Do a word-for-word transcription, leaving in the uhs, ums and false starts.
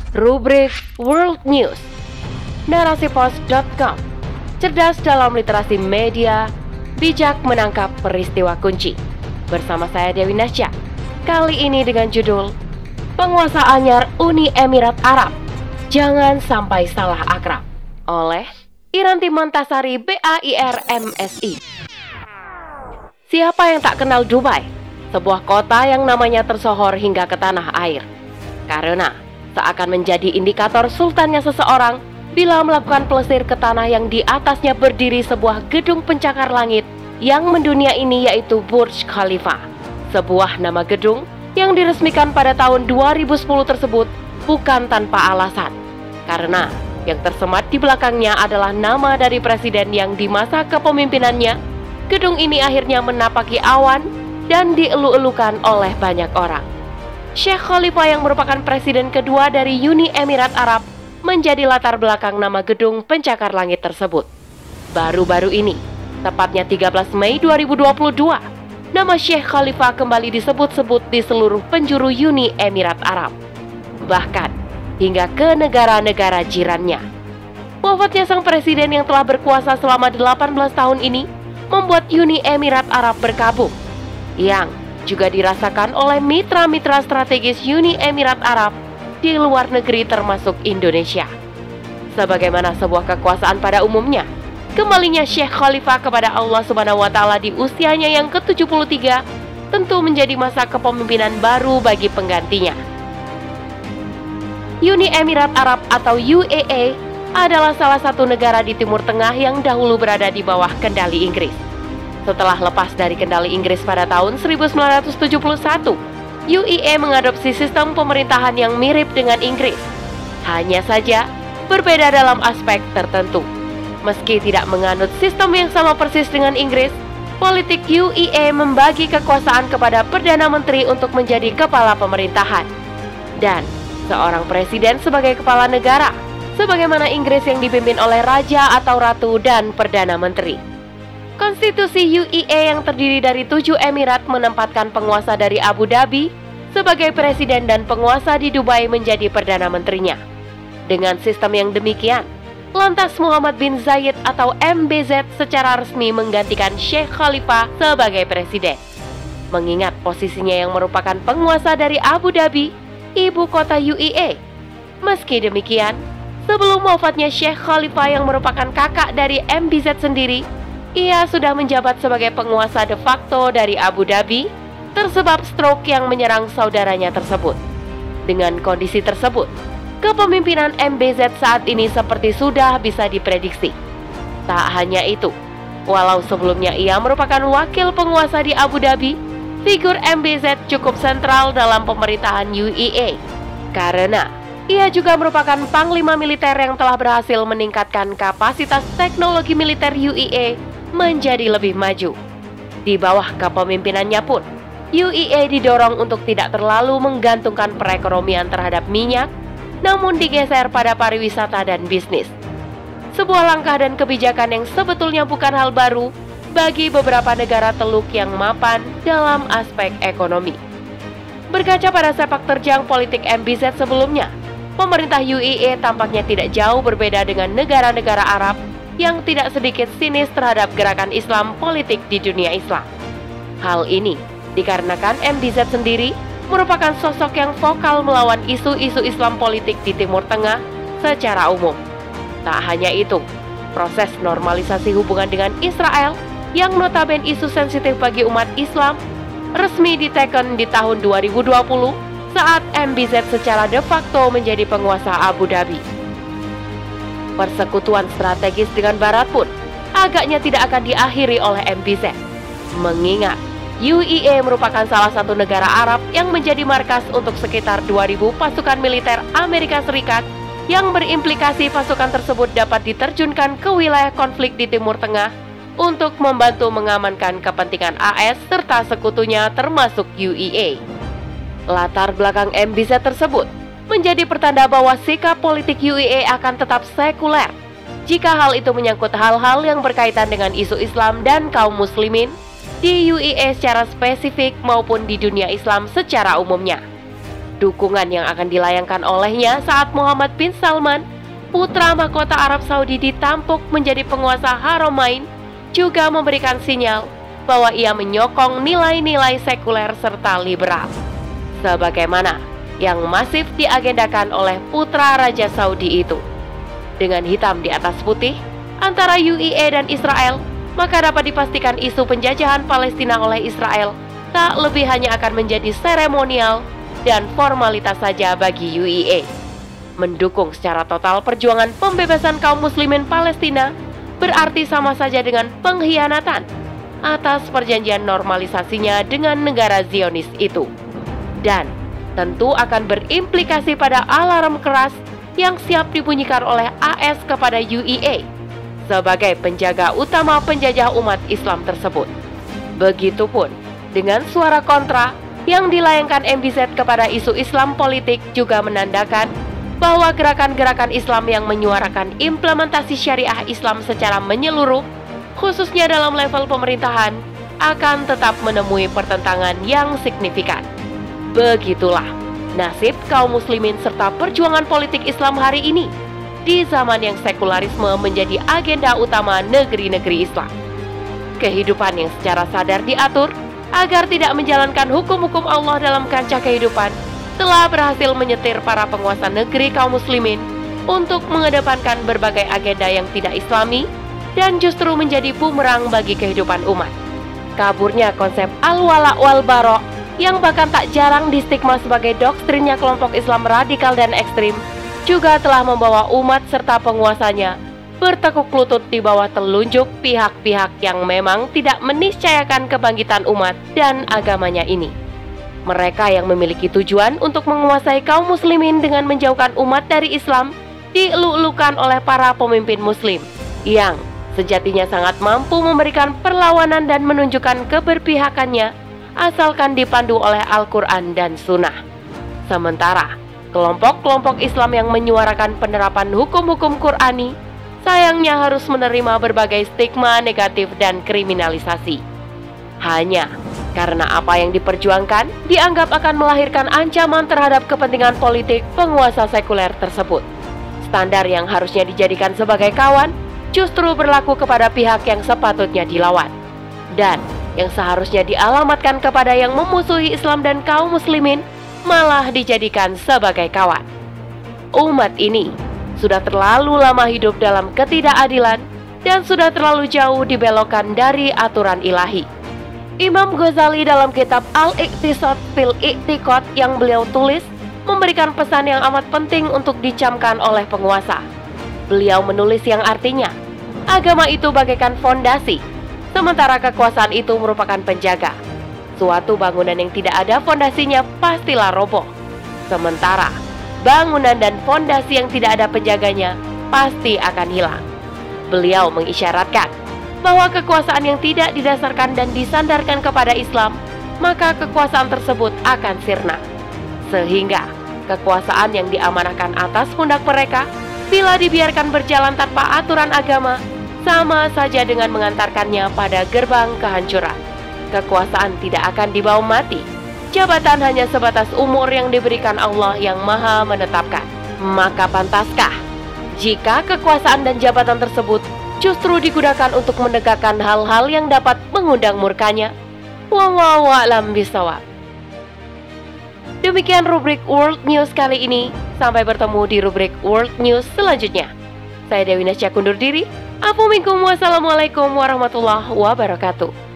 Rubrik World News. Narasipos dot com. Cerdas dalam literasi media, bijak menangkap peristiwa kunci. Bersama saya Dewi Nasya. Kali ini dengan judul Penguasa Anyar Uni Emirat Arab, Jangan Sampai Salah Akrab, oleh Iranti Mantasari B A I R M S I. Siapa yang tak kenal Dubai? Sebuah kota yang namanya tersohor hingga ke tanah air. Karena seakan menjadi indikator sultannya seseorang bila melakukan plesir ke tanah yang di atasnya berdiri sebuah gedung pencakar langit yang mendunia ini, yaitu Burj Khalifa. Sebuah nama gedung yang diresmikan pada tahun dua ribu sepuluh tersebut bukan tanpa alasan, karena yang tersemat di belakangnya adalah nama dari presiden yang di masa kepemimpinannya gedung ini akhirnya menapaki awan dan dielu-elukan oleh banyak orang. Sheikh Khalifa yang merupakan presiden kedua dari Uni Emirat Arab menjadi latar belakang nama gedung pencakar langit tersebut. Baru-baru ini, tepatnya tiga belas Mei dua ribu dua puluh dua, nama Sheikh Khalifa kembali disebut-sebut di seluruh penjuru Uni Emirat Arab, bahkan hingga ke negara-negara jirannya. Wafatnya sang presiden yang telah berkuasa selama delapan belas tahun ini membuat Uni Emirat Arab berkabung, yang juga dirasakan oleh mitra-mitra strategis Uni Emirat Arab di luar negeri termasuk Indonesia. Sebagaimana sebuah kekuasaan pada umumnya, kembalinya Sheikh Khalifa kepada Allah Subhanahu wa Ta'ala di usianya yang ke tujuh puluh tiga tentu menjadi masa kepemimpinan baru bagi penggantinya. Uni Emirat Arab atau U A E adalah salah satu negara di Timur Tengah yang dahulu berada di bawah kendali Inggris. Setelah lepas dari kendali Inggris pada tahun seribu sembilan ratus tujuh puluh satu, U A E mengadopsi sistem pemerintahan yang mirip dengan Inggris. Hanya saja berbeda dalam aspek tertentu. Meski tidak menganut sistem yang sama persis dengan Inggris, politik U A E membagi kekuasaan kepada Perdana Menteri untuk menjadi kepala pemerintahan, dan seorang presiden sebagai kepala negara, sebagaimana Inggris yang dipimpin oleh Raja atau Ratu dan Perdana Menteri. Konstitusi U A E yang terdiri dari tujuh emirat menempatkan penguasa dari Abu Dhabi sebagai presiden dan penguasa di Dubai menjadi Perdana Menterinya. Dengan sistem yang demikian, lantas Muhammad bin Zayed atau M B Z secara resmi menggantikan Sheikh Khalifa sebagai presiden. Mengingat posisinya yang merupakan penguasa dari Abu Dhabi, ibu kota U A E. Meski demikian, sebelum wafatnya Sheikh Khalifa yang merupakan kakak dari M B Z sendiri, ia sudah menjabat sebagai penguasa de facto dari Abu Dhabi tersebab stroke yang menyerang saudaranya tersebut. Dengan kondisi tersebut, kepemimpinan M B Z saat ini seperti sudah bisa diprediksi. Tak hanya itu, walau sebelumnya ia merupakan wakil penguasa di Abu Dhabi, figur M B Z cukup sentral dalam pemerintahan U A E karena ia juga merupakan panglima militer yang telah berhasil meningkatkan kapasitas teknologi militer U A E menjadi lebih maju. Di bawah kepemimpinannya pun, U A E didorong untuk tidak terlalu menggantungkan perekonomian terhadap minyak, namun digeser pada pariwisata dan bisnis. Sebuah langkah dan kebijakan yang sebetulnya bukan hal baru bagi beberapa negara teluk yang mapan dalam aspek ekonomi. Berkaca pada sepak terjang politik M B Z sebelumnya, pemerintah U A E tampaknya tidak jauh berbeda dengan negara-negara Arab yang tidak sedikit sinis terhadap gerakan Islam politik di dunia Islam. Hal ini dikarenakan M B Z sendiri merupakan sosok yang vokal melawan isu-isu Islam politik di Timur Tengah secara umum. Tak hanya itu, proses normalisasi hubungan dengan Israel yang notabene isu sensitif bagi umat Islam resmi diteken di tahun dua ribu dua puluh saat M B Z secara de facto menjadi penguasa Abu Dhabi. Persekutuan strategis dengan Barat pun agaknya tidak akan diakhiri oleh M B Z, mengingat U A E merupakan salah satu negara Arab yang menjadi markas untuk sekitar dua ribu pasukan militer Amerika Serikat, yang berimplikasi pasukan tersebut dapat diterjunkan ke wilayah konflik di Timur Tengah untuk membantu mengamankan kepentingan A S serta sekutunya termasuk U A E. Latar belakang M B Z tersebut menjadi pertanda bahwa sikap politik U A E akan tetap sekuler jika hal itu menyangkut hal-hal yang berkaitan dengan isu Islam dan kaum muslimin di U A E secara spesifik maupun di dunia Islam secara umumnya. Dukungan yang akan dilayangkan olehnya saat Muhammad bin Salman, putra mahkota Arab Saudi, ditampuk menjadi penguasa Haramain, juga memberikan sinyal bahwa ia menyokong nilai-nilai sekuler serta liberal, sebagaimana yang masif diagendakan oleh putra Raja Saudi itu. Dengan hitam di atas putih antara U A E dan Israel, maka dapat dipastikan isu penjajahan Palestina oleh Israel tak lebih hanya akan menjadi seremonial dan formalitas saja bagi U A E. Mendukung secara total perjuangan pembebasan kaum muslimin Palestina berarti sama saja dengan pengkhianatan atas perjanjian normalisasinya dengan negara Zionis itu. Dan tentu akan berimplikasi pada alarm keras yang siap dibunyikan oleh A S kepada U A E sebagai penjaga utama penjajah umat Islam tersebut. Begitupun dengan suara kontra yang dilayangkan M B Z kepada isu Islam politik juga menandakan bahwa gerakan-gerakan Islam yang menyuarakan implementasi syariah Islam secara menyeluruh, khususnya dalam level pemerintahan, akan tetap menemui pertentangan yang signifikan. Begitulah nasib kaum muslimin serta perjuangan politik Islam hari ini di zaman yang sekularisme menjadi agenda utama negeri-negeri Islam. Kehidupan yang secara sadar diatur agar tidak menjalankan hukum-hukum Allah dalam kancah kehidupan telah berhasil menyetir para penguasa negeri kaum muslimin untuk mengedepankan berbagai agenda yang tidak Islami dan justru menjadi bumerang bagi kehidupan umat. Kaburnya konsep al-wala wal bara yang bahkan tak jarang distigma sebagai doktrinnya kelompok Islam radikal dan ekstrim juga telah membawa umat serta penguasanya bertekuk lutut di bawah telunjuk pihak-pihak yang memang tidak meniscayakan kebangkitan umat dan agamanya ini. Mereka yang memiliki tujuan untuk menguasai kaum muslimin dengan menjauhkan umat dari Islam dieluk-elukan oleh para pemimpin muslim yang sejatinya sangat mampu memberikan perlawanan dan menunjukkan keberpihakannya asalkan dipandu oleh Al-Quran dan Sunnah. Sementara kelompok-kelompok Islam yang menyuarakan penerapan hukum-hukum Qur'ani sayangnya harus menerima berbagai stigma negatif dan kriminalisasi. Hanya karena apa yang diperjuangkan dianggap akan melahirkan ancaman terhadap kepentingan politik penguasa sekuler tersebut. Standar yang harusnya dijadikan sebagai kawan justru berlaku kepada pihak yang sepatutnya dilawan, dan yang seharusnya dialamatkan kepada yang memusuhi Islam dan kaum muslimin malah dijadikan sebagai kawan. Umat ini sudah terlalu lama hidup dalam ketidakadilan dan sudah terlalu jauh dibelokkan dari aturan ilahi. Imam Ghazali dalam kitab Al-Iqtisad fil I'tiqad yang beliau tulis memberikan pesan yang amat penting untuk dicamkan oleh penguasa. Beliau menulis yang artinya, agama itu bagaikan fondasi, sementara kekuasaan itu merupakan penjaga. Suatu bangunan yang tidak ada fondasinya pastilah roboh, sementara bangunan dan fondasi yang tidak ada penjaganya pasti akan hilang. Beliau mengisyaratkan bahwa kekuasaan yang tidak didasarkan dan disandarkan kepada Islam, maka kekuasaan tersebut akan sirna. Sehingga kekuasaan yang diamanahkan atas pundak mereka, bila dibiarkan berjalan tanpa aturan agama, sama saja dengan mengantarkannya pada gerbang kehancuran. Kekuasaan tidak akan dibawa mati. Jabatan hanya sebatas umur yang diberikan Allah yang Maha menetapkan. Maka pantaskah jika kekuasaan dan jabatan tersebut justru digunakan untuk menegakkan hal-hal yang dapat mengundang murkanya? Wallahu a'lam bishawab. Demikian rubrik World News kali ini. Sampai bertemu di rubrik World News selanjutnya. Saya Dewi Nasya kundur diri. Assalamualaikum warahmatullahi wabarakatuh.